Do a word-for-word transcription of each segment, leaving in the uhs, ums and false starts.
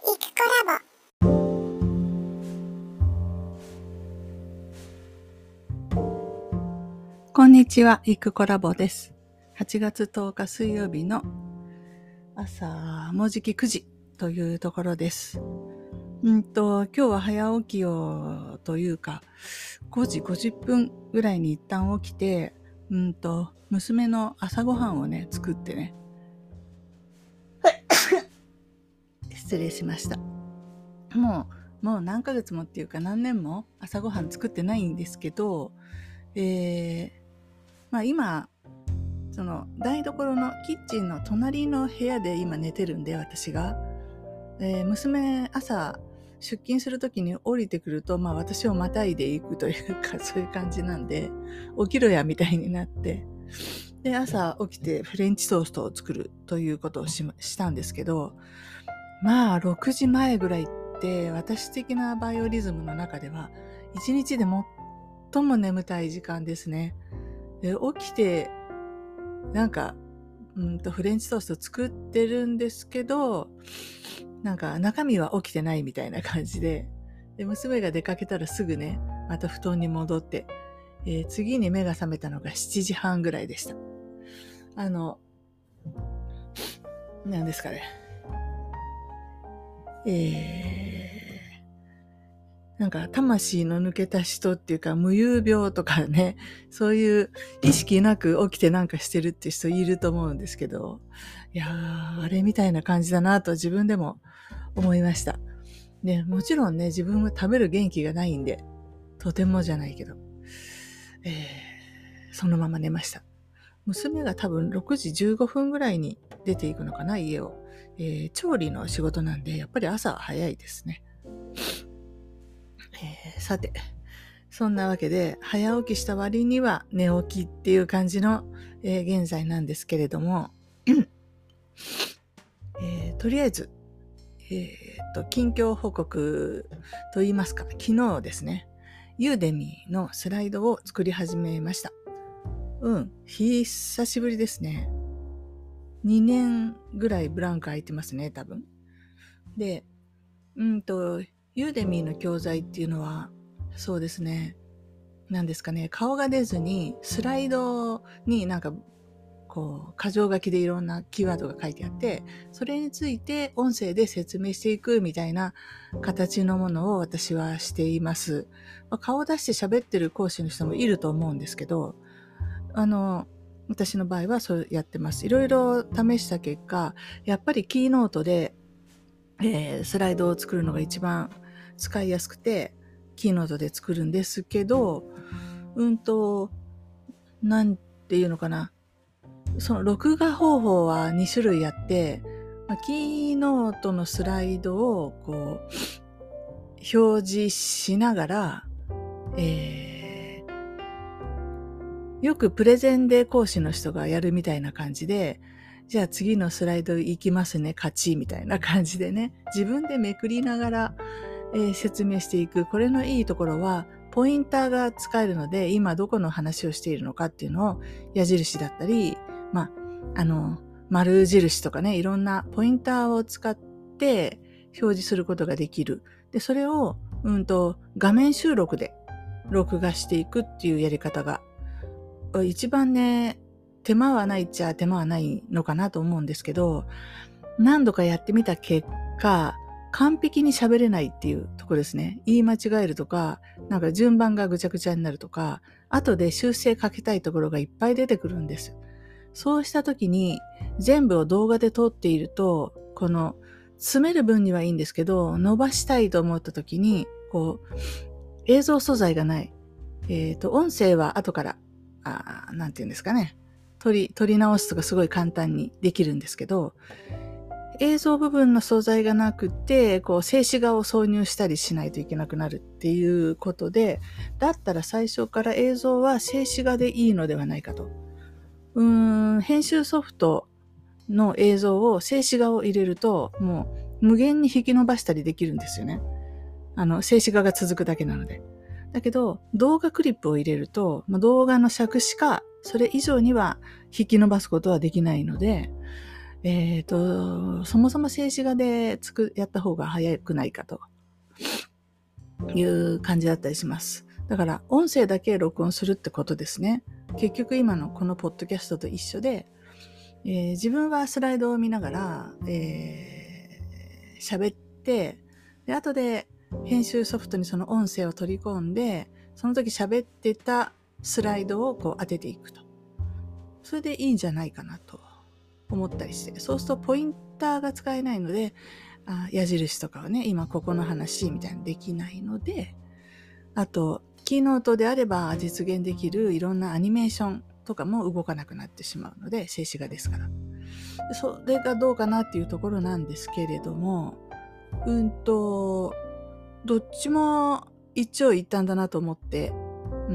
イクコラボ。こんにちは、イクコラボです。はちがつとおか水曜日の朝、もうじきくじというところです。うんと、今日は早起きをというか、ごじごじゅっぷんぐらいに一旦起きて、うんと、娘の朝ごはんをね、作ってね。失礼しました。もう、もう何ヶ月もっていうか何年も朝ごはん作ってないんですけど、えー、まあ今、その台所のキッチンの隣の部屋で今寝てるんで、私が。えー、娘朝出勤するときに降りてくると、まあ私をまたいでいくというか、そういう感じなんで、起きろやみたいになって、で、朝起きてフレンチトーストを作るということを し, したんですけど、まあろくじまえぐらいって私的なバイオリズムの中では、一日で最も眠たい時間ですね。で、起きて、なんか、うんとフレンチトースト作ってるんですけど、なんか中身は起きてないみたいな感じで、で娘が出かけたらすぐね、また布団に戻って、えー、次に目が覚めたのがしちじはんぐらいでした。あの、何ですかね。えー、なんか魂の抜けた人っていうか無遊病とかね、そういう意識なく起きてなんかしてるって人いると思うんですけど、いやー、あれみたいな感じだなと自分でも思いました。ね、もちろんね、自分は食べる元気がないんで、とてもじゃないけど、えー、そのまま寝ました。娘が多分ろくじじゅうごふんぐらいに出ていくのかな、家を。えー、調理の仕事なんで、やっぱり朝は早いですね。えー、さて、そんなわけで、早起きした割には寝起きっていう感じの、えー、現在なんですけれども、えー、とりあえず、えー、っと、近況報告と言いますか、昨日ですね、ユーデミーのスライドを作り始めました。うん、久しぶりですね。にねんぐらいブランク空いてますね、多分。で、うんと、ユーデミーの教材っていうのは、そうですね、なんですかね、顔が出ずにスライドになんかこう箇条書きでいろんなキーワードが書いてあって、それについて音声で説明していくみたいな形のものを私はしています。まあ、顔を出して喋ってる講師の人もいると思うんですけど、あの私の場合はそうやってます。いろいろ試した結果、やっぱりキーノートで、えー、スライドを作るのが一番使いやすくて、キーノートで作るんですけど、うんと、なんていうのかな。その録画方法はに種類あって、まあ、キーノートのスライドをこう表示しながら、えー、よくプレゼンで講師の人がやるみたいな感じで、じゃあ次のスライド行きますね、勝ちみたいな感じでね、自分でめくりながら、えー、説明していく。これのいいところは、ポインターが使えるので、今どこの話をしているのかっていうのを矢印だったり、まあ、あの、丸印とかね、いろんなポインターを使って表示することができる。で、それを、うんと、画面収録で録画していくっていうやり方が、一番ね、手間はないっちゃ手間はないのかなと思うんですけど、何度かやってみた結果、完璧に喋れないっていうところですね。言い間違えるとか、なんか順番がぐちゃぐちゃになるとか、後で修正かけたいところがいっぱい出てくるんです。そうした時に全部を動画で撮っていると、この詰める分にはいいんですけど、伸ばしたいと思った時に、こう、映像素材がない。えっと、音声は後から、あなんていうんですかね。撮り、撮り直すとかすごい簡単にできるんですけど、映像部分の素材がなくて、こう、静止画を挿入したりしないといけなくなるっていうことで、だったら最初から映像は静止画でいいのではないかと。うーん、編集ソフトの映像を静止画を入れると、もう無限に引き伸ばしたりできるんですよね。あの、静止画が続くだけなので。だけど、動画クリップを入れると、動画の尺しかそれ以上には引き伸ばすことはできないので、 えっと、そもそも静止画でつく、やった方が早くないかという感じだったりします。だから音声だけ録音するってことですね。結局今のこのポッドキャストと一緒で、えー、自分はスライドを見ながら、えー、喋って、で、後で編集ソフトにその音声を取り込んで、その時喋ってたスライドをこう当てていくと。それでいいんじゃないかなと思ったりして。そうするとポインターが使えないので、あ矢印とかはね、今ここの話みたいにできないので、あと、キーノートであれば実現できるいろんなアニメーションとかも動かなくなってしまうので、静止画ですから。それがどうかなっていうところなんですけれども、うんと、どっちも一長一短だなと思って、うん。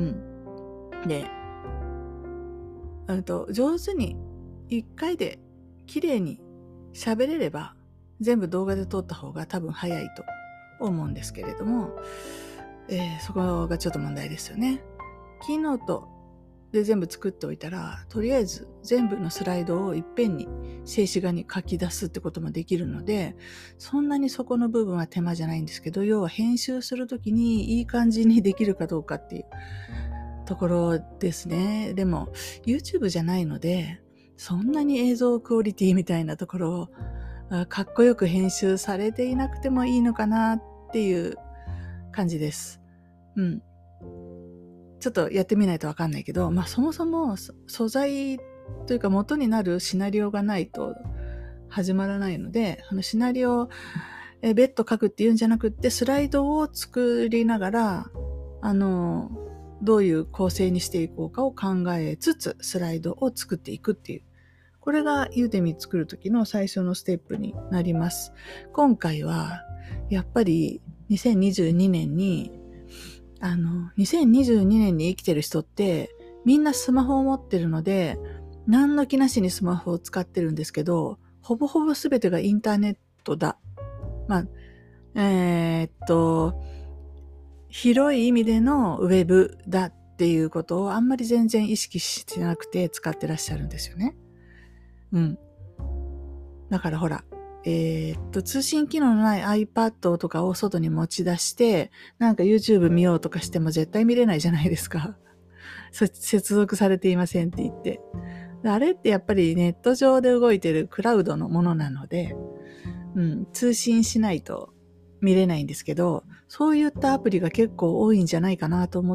で、うんと、上手に一回で綺麗に喋れれば、全部動画で撮った方が多分早いと思うんですけれども、えー、そこがちょっと問題ですよね。キーノートで全部作っておいたら、とりあえず全部のスライドをいっぺんに静止画に書き出すってこともできるので、そんなにそこの部分は手間じゃないんですけど、要は編集するときにいい感じにできるかどうかっていうところですね。でも YouTube じゃないので、そんなに映像クオリティみたいなところをかっこよく編集されていなくてもいいのかなっていう感じです。うん。ちょっとやってみないとわかんないけど、まあそもそも素材というか元になるシナリオがないと始まらないので、あのシナリオをえ別途書くっていうんじゃなくって、スライドを作りながら、あの、どういう構成にしていこうかを考えつつ、スライドを作っていくっていう。これがユーデミ作るときの最初のステップになります。今回は、やっぱりにせんにじゅうにねんにあの、にせんにじゅうにねんに生きてる人って、みんなスマホを持ってるので、何の気なしにスマホを使ってるんですけど、ほぼほぼ全てがインターネットだ。まあ、えー、っと、広い意味でのウェブだっていうことをあんまり全然意識してなくて使ってらっしゃるんですよね。うん。だからほら、えー、っと、通信機能のない iPad とかを外に持ち出して、なんか YouTube 見ようとかしても絶対見れないじゃないですか。接続されていませんって言って。あれってやっぱりネット上で動いてるクラウドのものなので、うん、通信しないと見れないんですけど、そういったアプリが結構多いんじゃないかなと思って、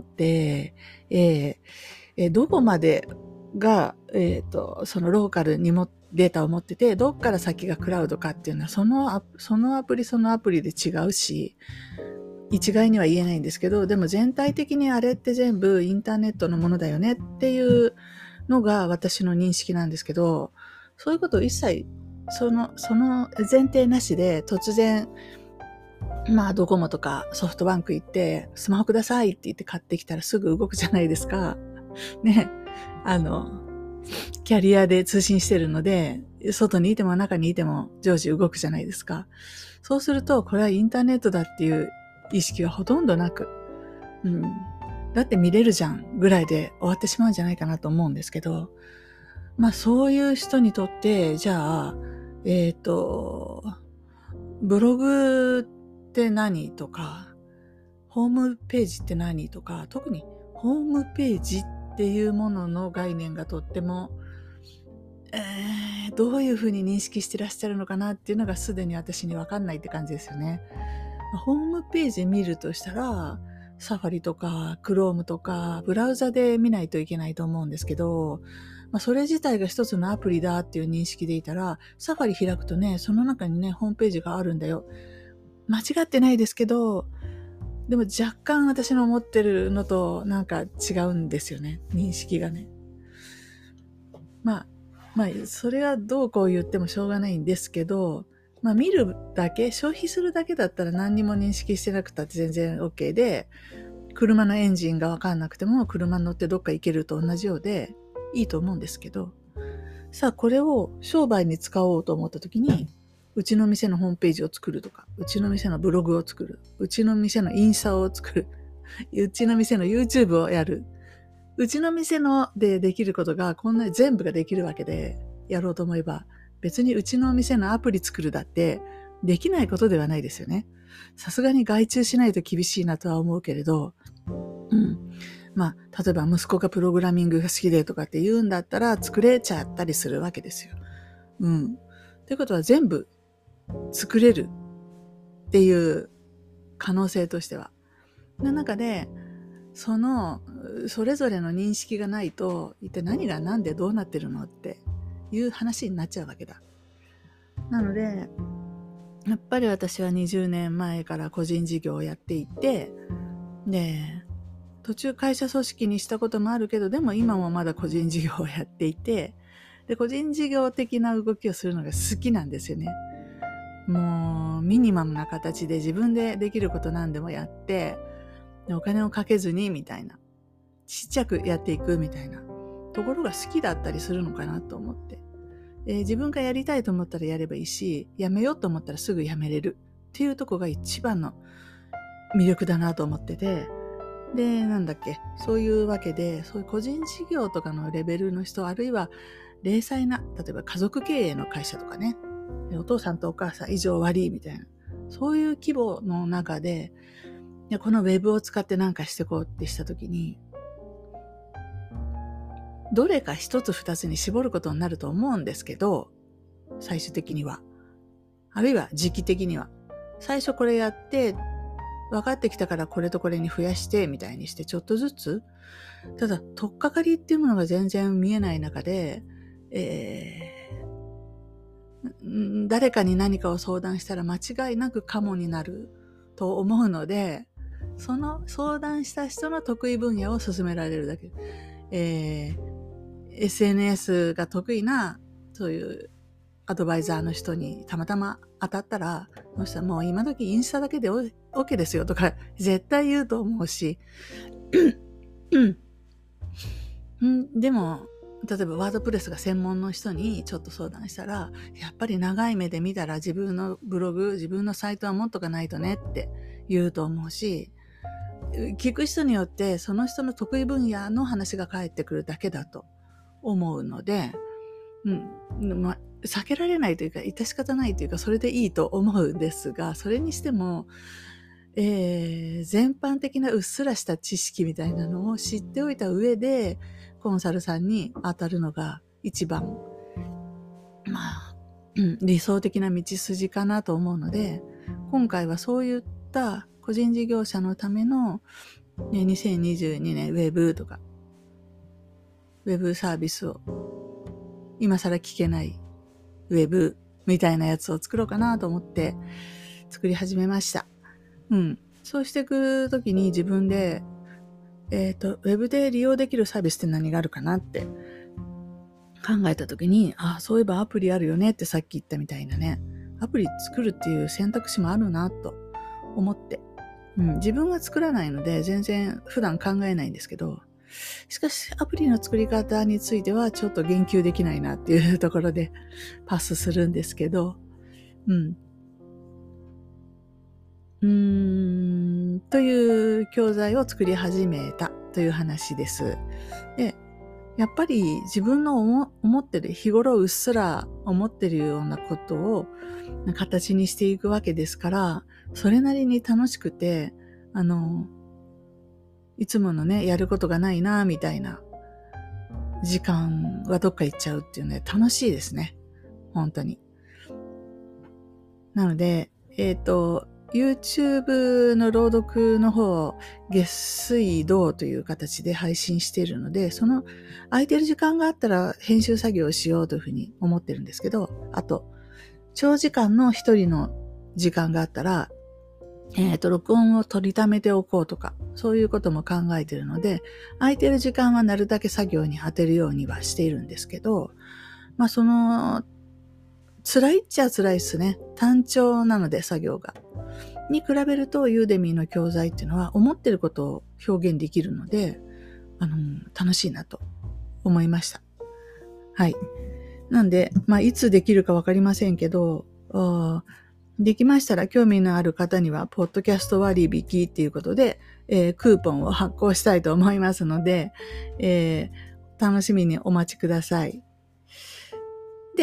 えーえー、どこまでが、えっと、そのローカルにもデータを持ってて、どっから先がクラウドかっていうのは、そのア、そのアプリそのアプリで違うし、一概には言えないんですけど、でも全体的にあれって全部インターネットのものだよねっていうのが私の認識なんですけど、そういうことを一切、その、その前提なしで突然、まあドコモとかソフトバンク行ってスマホくださいって言って買ってきたらすぐ動くじゃないですか。ね。あの、キャリアで通信してるので、外にいても中にいても常時動くじゃないですか。そうすると、これはインターネットだっていう意識はほとんどなく、うん、だって見れるじゃんぐらいで終わってしまうんじゃないかなと思うんですけど、まあそういう人にとって、じゃあ、えっと、ブログって何とか、ホームページって何とか、特にホームページっていうものの概念がとっても、えー、どういうふうに認識してらっしゃるのかなっていうのがすでに私に分かんないって感じですよね。ホームページ見るとしたら、サファリとかクロームとかブラウザで見ないといけないと思うんですけど、まあ、それ自体が一つのアプリだっていう認識でいたら、サファリ開くとね、その中にね、ホームページがあるんだよ。間違ってないですけど、でも若干私の思ってるのとなんか違うんですよね。認識がね。まあ、まあ、それはどうこう言ってもしょうがないんですけど、まあ見るだけ、消費するだけだったら何にも認識してなくたって全然 OK で、車のエンジンがわかんなくても車に乗ってどっか行けると同じようでいいと思うんですけど、さあこれを商売に使おうと思った時に、うちの店のホームページを作るとか、うちの店のブログを作る、うちの店のインスタを作る、うちの店の YouTube をやる、うちの店のでできることがこんなに全部ができるわけで、やろうと思えば別にうちのお店のアプリ作るだってできないことではないですよね。さすがに外注しないと厳しいなとは思うけれど、うん。まあ、例えば息子がプログラミングが好きでとかって言うんだったら作れちゃったりするわけですよ。うん。ということは全部作れるっていう可能性としては。の中で、その、それぞれの認識がないと、一体何が何でどうなってるのっていう話になっちゃうわけだ。なので、やっぱり私はにじゅうねんまえから個人事業をやっていて、で、途中会社組織にしたこともあるけど、でも今もまだ個人事業をやっていて、で、個人事業的な動きをするのが好きなんですよね。もう、ミニマムな形で自分でできること何でもやって、でお金をかけずに、みたいな。ちっちゃくやっていくみたいなところが好きだったりするのかなと思って。えー、自分がやりたいと思ったらやればいいし、やめようと思ったらすぐやめれるっていうところが一番の魅力だなと思ってて、で、なんだっけ、そういうわけで、そういう個人事業とかのレベルの人、あるいは零細な、例えば家族経営の会社とかね、お父さんとお母さん以上悪いみたいな、そういう規模の中で、このウェブを使って何かしていこうってしたときに、どれか一つ二つに絞ることになると思うんですけど、最終的には。あるいは時期的には。最初これやって、分かってきたからこれとこれに増やして、みたいにしてちょっとずつ。ただ、取っかかりっていうものが全然見えない中で、えー、誰かに何かを相談したら間違いなくカモになると思うので、その相談した人の得意分野を進められるだけ。えーエスエヌエス が得意な、そういうアドバイザーの人にたまたま当たったら、その人はもう今時インスタだけで OK ですよとか絶対言うと思うし、でも、例えばワードプレスが専門の人にちょっと相談したら、やっぱり長い目で見たら自分のブログ、自分のサイトは持っとかないとねって言うと思うし、聞く人によってその人の得意分野の話が返ってくるだけだと思うので、うん、まあ、避けられないというか、致し方ないというか、それでいいと思うんですが、それにしても、えー、全般的なうっすらした知識みたいなのを知っておいた上で、コンサルさんに当たるのが一番、まあ、うん、理想的な道筋かなと思うので、今回はそういった個人事業者のための、ね、にせんにじゅうにねんウェブとか、ウェブサービスを今更聞けないウェブみたいなやつを作ろうかなと思って作り始めました。うん。そうしていくときに自分で、えっと、ウェブで利用できるサービスって何があるかなって考えたときに、あ、そういえばアプリあるよねってさっき言ったみたいなね。アプリ作るっていう選択肢もあるなと思って。うん。自分は作らないので全然普段考えないんですけど、しかしアプリの作り方についてはちょっと言及できないなっていうところでパスするんですけど、うん。うーん、という教材を作り始めたという話です。で、やっぱり自分の思思ってる、日頃うっすら思ってるようなことを形にしていくわけですから、それなりに楽しくて、あの、いつものね、やることがないな、みたいな時間はどっか行っちゃうっていうね、楽しいですね。本当に。なので、えっと、YouTube の朗読の方、月水土という形で配信しているので、その空いてる時間があったら編集作業をしようというふうに思ってるんですけど、あと、長時間の一人の時間があったら、えっと、録音を取りためておこうとか、そういうことも考えているので、空いてる時間はなるだけ作業に当てるようにはしているんですけど、まあその、辛いっちゃ辛いですね。単調なので作業が。に比べるとユーデミーの教材っていうのは思ってることを表現できるので、あの、楽しいなと思いました。はい。なんで、まあいつできるかわかりませんけど、できましたら興味のある方には、ポッドキャスト割引っていうことで、えー、クーポンを発行したいと思いますので、えー、楽しみにお待ちください。で、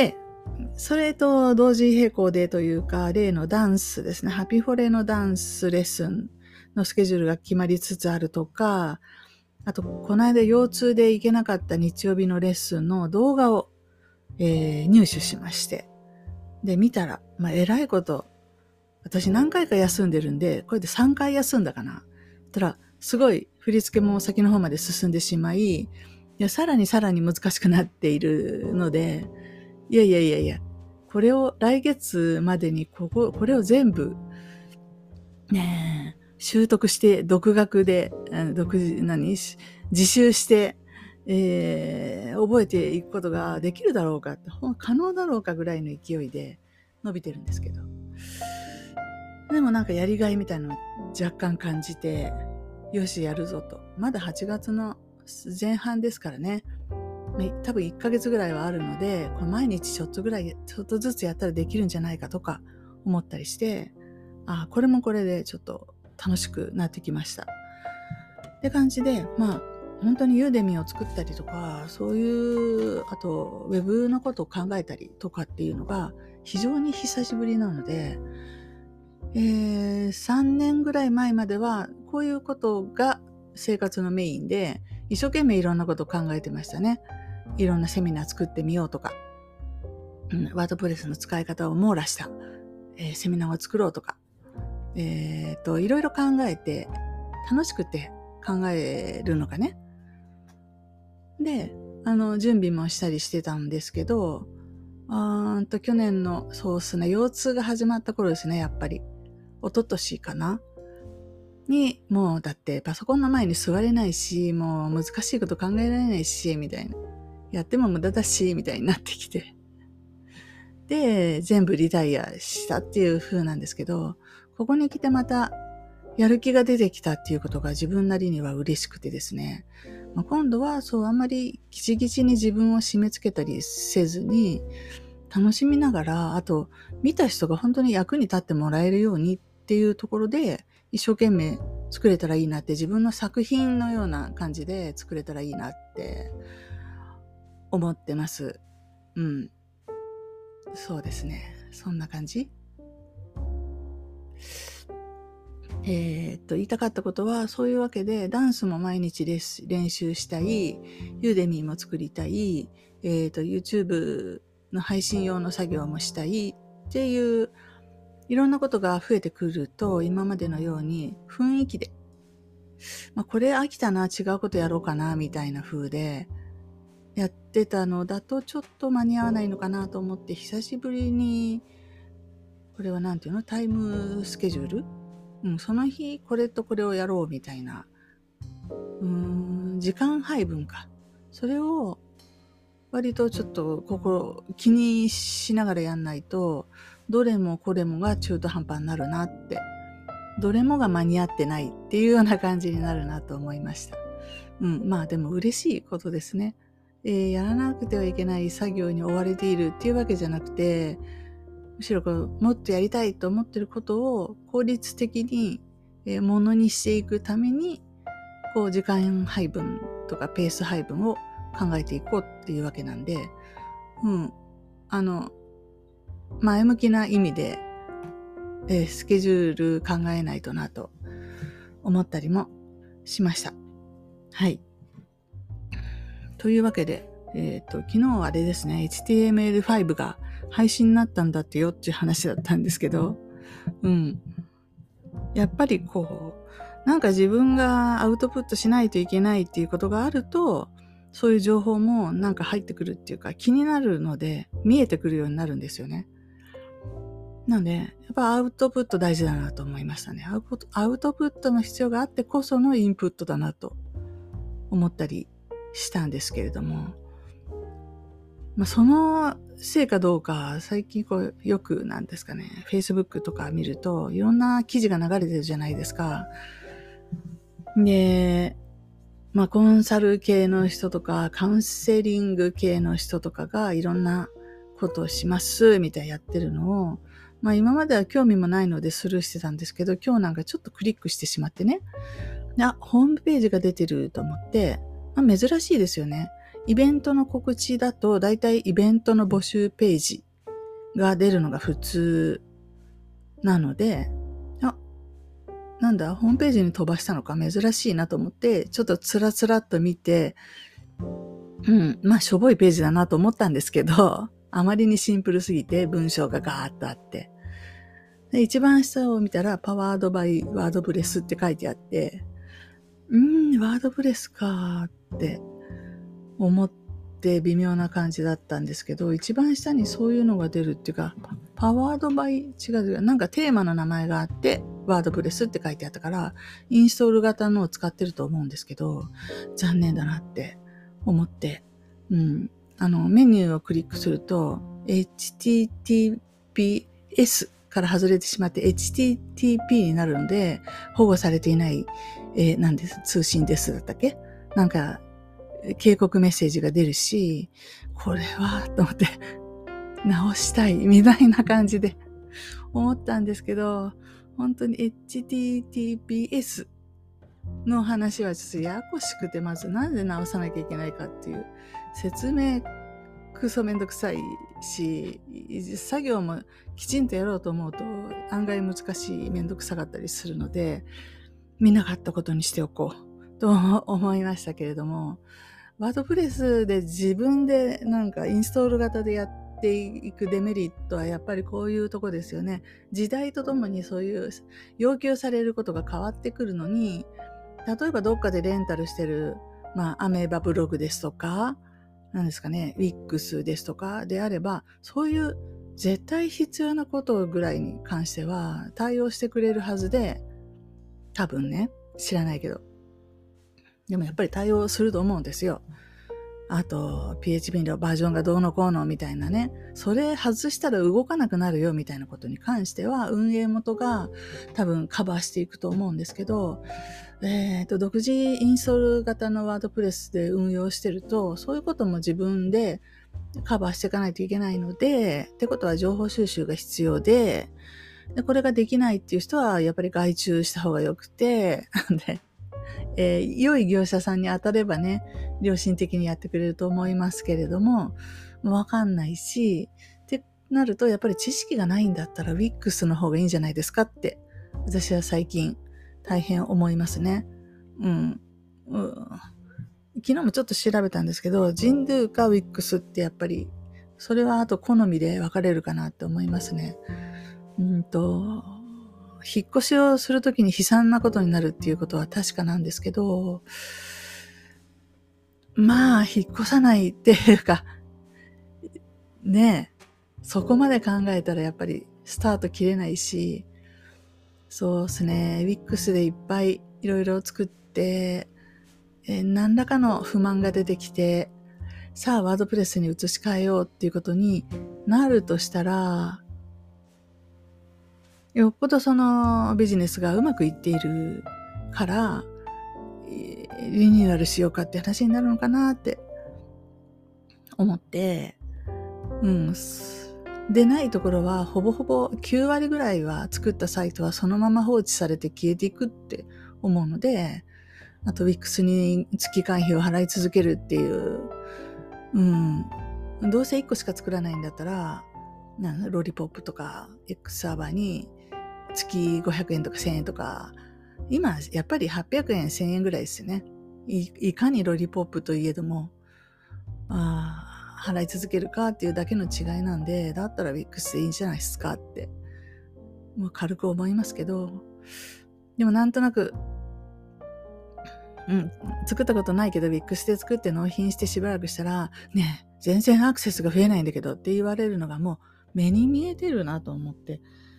それと同時並行でというか、例のダンスですね。ハピフォレのダンスレッスンのスケジュールが決まりつつあるとか、あと、この間腰痛で行けなかった日曜日のレッスンの動画を、えー、入手しまして。で、見たら、まあ、えらいこと、私何回か休んでるんで、これでさんかい休んだかな。たら、すごい振り付けも先の方まで進んでしまい、いや、さらにさらに難しくなっているので、いやいやいやいや、これを来月までにここ、これを全部、ねえ、習得して、独学で、独自、何自習して、えー、覚えていくことができるだろうかって、可能だろうかぐらいの勢いで伸びてるんですけど。でもなんかやりがいみたいなのを若干感じて、よしやるぞと。まだはちがつの前半ですからね。多分いっかげつぐらいはあるので、これ毎日ちょっとぐらい、ちょっとずつやったらできるんじゃないかとか思ったりして、あ、これもこれでちょっと楽しくなってきました。って感じで、まあ、本当にユーデミーを作ったりとか、そういう、あと、ウェブのことを考えたりとかっていうのが非常に久しぶりなので、えー、さんねんぐらい前までは、こういうことが生活のメインで、一生懸命いろんなことを考えてましたね。いろんなセミナー作ってみようとか、うん、ワードプレスの使い方を網羅した、えー、セミナーを作ろうとか、えー、といろいろ考えて楽しくて考えるのかね。で、あの準備もしたりしてたんですけど、あーと去年のそうですね、腰痛が始まった頃ですね、やっぱり一昨年かなに、もうだってパソコンの前に座れないし、もう難しいこと考えられないしみたいな、やっても無駄だしみたいになってきて、で全部リタイアしたっていう風なんですけど、ここに来てまたやる気が出てきたっていうことが自分なりには嬉しくてですね、まあ、今度はそうあんまりギチギチに自分を締め付けたりせずに、楽しみながら、あと見た人が本当に役に立ってもらえるようにっていうところで一生懸命作れたらいいなって、自分の作品のような感じで作れたらいいなって思ってます。うん。そうですね。そんな感じ。えー、っと、言いたかったことは、そういうわけで、ダンスも毎日練習したい、ユーデミーも作りたい、えー、っと、YouTube の配信用の作業もしたいっていう、いろんなことが増えてくると、今までのように雰囲気で、まあ、これ飽きたな、違うことやろうかな、みたいな風で、やってたのだとちょっと間に合わないのかなと思って、久しぶりに、これはなんていうの、タイムスケジュール、うん、その日これとこれをやろうみたいな、うーん、時間配分か。それを割とちょっと心気にしながらやんないと、どれもこれもが中途半端になるなって、どれもが間に合ってないっていうような感じになるなと思いました。うん、まあでも嬉しいことですね。えー、やらなくてはいけない作業に追われているっていうわけじゃなくて、むしろこうもっとやりたいと思っていることを効率的に、えー、ものにしていくために、こう時間配分とかペース配分を考えていこうっていうわけなんで、うん、あの前向きな意味で、えー、スケジュール考えないとなと思ったりもしました。はい。というわけで、えっと、昨日はあれですね、エイチティーエムエルファイブ が配信になったんだってよっていう話だったんですけど、うん。やっぱりこう、なんか自分がアウトプットしないといけないっていうことがあると、そういう情報もなんか入ってくるっていうか気になるので見えてくるようになるんですよね。なので、やっぱアウトプット大事だなと思いましたね。アウトプットの必要があってこそのインプットだなと思ったりしたんですけれども、まあ、そのせいかどうか、最近こうよくなんですかね、Facebook とか見るといろんな記事が流れてるじゃないですか。で、まあコンサル系の人とかカウンセリング系の人とかがいろんなことをしますみたいなやってるのを、まあ今までは興味もないのでスルーしてたんですけど、今日なんかちょっとクリックしてしまってね、あ、ホームページが出てると思って、まあ、珍しいですよね。イベントの告知だとだいたいイベントの募集ページが出るのが普通なので、あ、なんだ、ホームページに飛ばしたのか珍しいなと思って、ちょっとつらつらっと見て、うん、まあしょぼいページだなと思ったんですけど、あまりにシンプルすぎて文章がガーッとあって、で一番下を見たらパワードバイワードプレスって書いてあって、うーん、ワードプレスかーって思って微妙な感じだったんですけど、一番下にそういうのが出るっていうか、パワードバイ、違う違う、なんかテーマの名前があって、ワードプレスって書いてあったから、インストール型のを使ってると思うんですけど、残念だなって思って、うん。あの、メニューをクリックすると、エイチティーティーピーエス から外れてしまって エイチティーティーピー になるので、保護されていない、えー、なんです、通信ですだったっけ？なんか、警告メッセージが出るし、これは、と思って、直したい、みたいな感じで思ったんですけど、本当に エイチティーティーピーエス の話はちょっとややこしくて、まずなんで直さなきゃいけないかっていう説明クソめんどくさいし、作業もきちんとやろうと思うと案外難しい、めんどくさかったりするので、見なかったことにしておこうと思いましたけれども、ワードプレスで自分でなんかインストール型でやっていくデメリットはやっぱりこういうとこですよね。時代とともにそういう要求されることが変わってくるのに、例えばどっかでレンタルしてる、まあアメーバブログですとか、なんですかね、ウィックスですとかであれば、そういう絶対必要なことぐらいに関しては対応してくれるはずで、多分ね、知らないけど。でもやっぱり対応すると思うんですよ。あと、ピーエイチピー のバージョンがどうのこうのみたいなね。それ外したら動かなくなるよみたいなことに関しては、運営元が多分カバーしていくと思うんですけど、えっと、独自インストール型のワードプレスで運用してると、そういうことも自分でカバーしていかないといけないので、ってことは情報収集が必要で、でこれができないっていう人は、やっぱり外注した方がよくて、でえー、良い業者さんに当たればね、良心的にやってくれると思いますけれども、わかんないし、ってなると、やっぱり知識がないんだったら ウィックス の方がいいんじゃないですかって、私は最近大変思いますね。うん。うん、昨日もちょっと調べたんですけど、Jimdo か ウィックス ってやっぱり、それはあと好みで分かれるかなって思いますね。うんと、引っ越しをするときに悲惨なことになるっていうことは確かなんですけど、まあ、引っ越さないっていうか、ねえ、そこまで考えたらやっぱりスタート切れないし、そうですね、ウィックス でいっぱいいろいろ作って、えー、何らかの不満が出てきて、さあワードプレスに移し替えようっていうことになるとしたら、よっぽどそのビジネスがうまくいっているから、リニューアルしようかって話になるのかなって思って、うん。でないところはほぼほぼきゅうわりぐらいは作ったサイトはそのまま放置されて消えていくって思うので、あと ウィックス に月会費を払い続けるっていう、うん。どうせいっこしか作らないんだったら、なんロリポップとか X サーバーに月ごひゃくえんとかせんえんとか、今やっぱりはっぴゃくえんせんえんぐらいですよね。 い, いかにロリポップといえどもあ払い続けるかっていうだけの違いなんで、だったら ウィックス でいいんじゃないですかってもう軽く思いますけど、でもなんとなくうん作ったことないけど ウィックス で作って納品してしばらくしたらねえ全然アクセスが増えないんだけどって言われるのがもう目に見えてるなと思って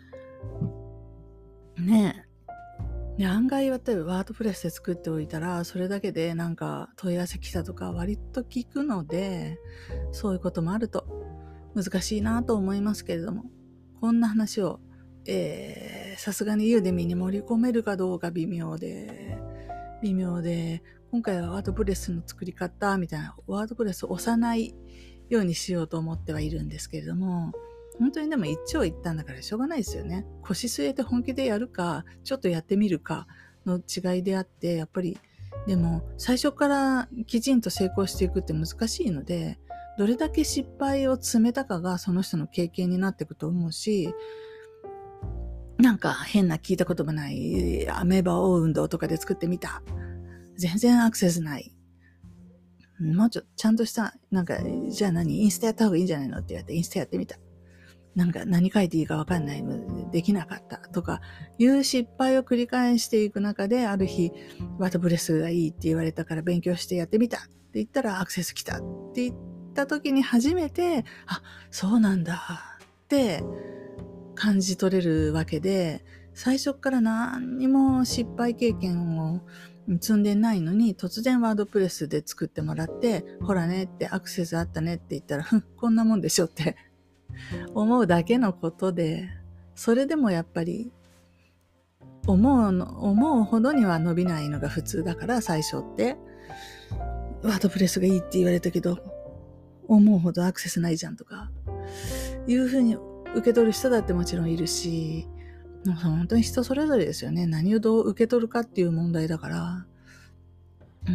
ねえ。で案外例えばワードプレスで作っておいたらそれだけでなんか問い合わせ来たとか割と聞くので、そういうこともあると難しいなと思いますけれども、こんな話をさすがにユーデミに盛り込めるかどうか微妙で微妙で今回はワードプレスの作り方みたいな、ワードプレスを押さないようにしようと思ってはいるんですけれども、本当にでも一長一短だからしょうがないですよね。腰据えて本気でやるかちょっとやってみるかの違いであって、やっぱりでも最初からきちんと成功していくって難しいので、 どれだけ失敗を積めたかがその人の経験になっていくと思うし、なんか変な聞いたこともないアメーバオ運動とかで作ってみた。全然アクセスない。もうちょっとちゃんとした、なんか、じゃあ何インスタやった方がいいんじゃないのって言われて、インスタやってみた。なんか何書いていいかわかんないので、できなかったとかいう失敗を繰り返していく中で、ある日、ワードプレスがいいって言われたから勉強してやってみたって言ったらアクセス来たって言った時に初めて、あ、そうなんだって感じ取れるわけで、最初から何にも失敗経験を積んでないのに、突然ワードプレスで作ってもらって、ほらねってアクセスあったねって言ったら、ふん、こんなもんでしょって思うだけのことで、それでもやっぱり思うの、思うほどには伸びないのが普通だから、最初ってワードプレスがいいって言われたけど、思うほどアクセスないじゃんとかいうふうに受け取る人だってもちろんいるし、本当に人それぞれですよね。何をどう受け取るかっていう問題だから、うん、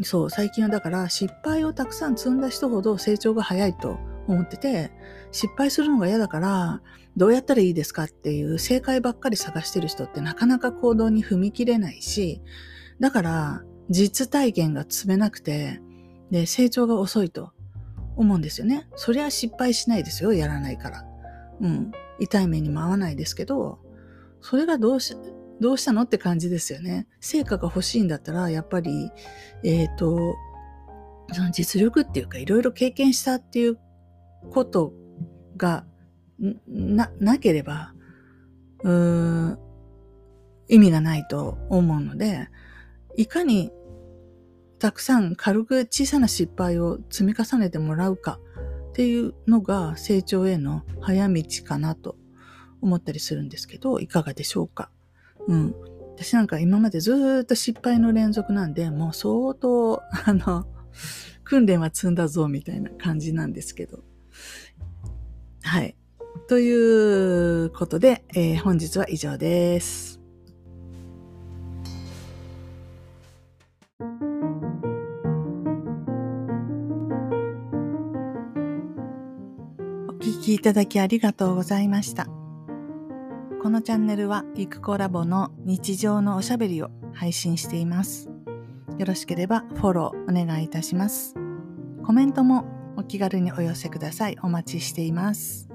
そう、最近はだから失敗をたくさん積んだ人ほど成長が早いと思ってて、失敗するのが嫌だからどうやったらいいですかっていう正解ばっかり探してる人ってなかなか行動に踏み切れないし、だから実体験が積めなくて、で成長が遅いと思うんですよね。そりゃ失敗しないですよ、やらないから。うん、痛い目にも合わないですけど、それがどうしどうしたのって感じですよね。成果が欲しいんだったら、やっぱり、えっと、その実力っていうか、いろいろ経験したっていうことがな、なければ、うーん、意味がないと思うので、いかにたくさん軽く小さな失敗を積み重ねてもらうかっていうのが成長への早道かなと思ったりするんですけど、いかがでしょうか。うん。私なんか今までずーっと失敗の連続なんで、もう相当、あの、訓練は積んだぞみたいな感じなんですけど。はい。ということで、えー、本日は以上です。お聞きいただきありがとうございました。このチャンネルはゆくこラボの日常のおしゃべりを配信しています。よろしければフォローお願いいたします。コメントもお気軽にお寄せください。お待ちしています。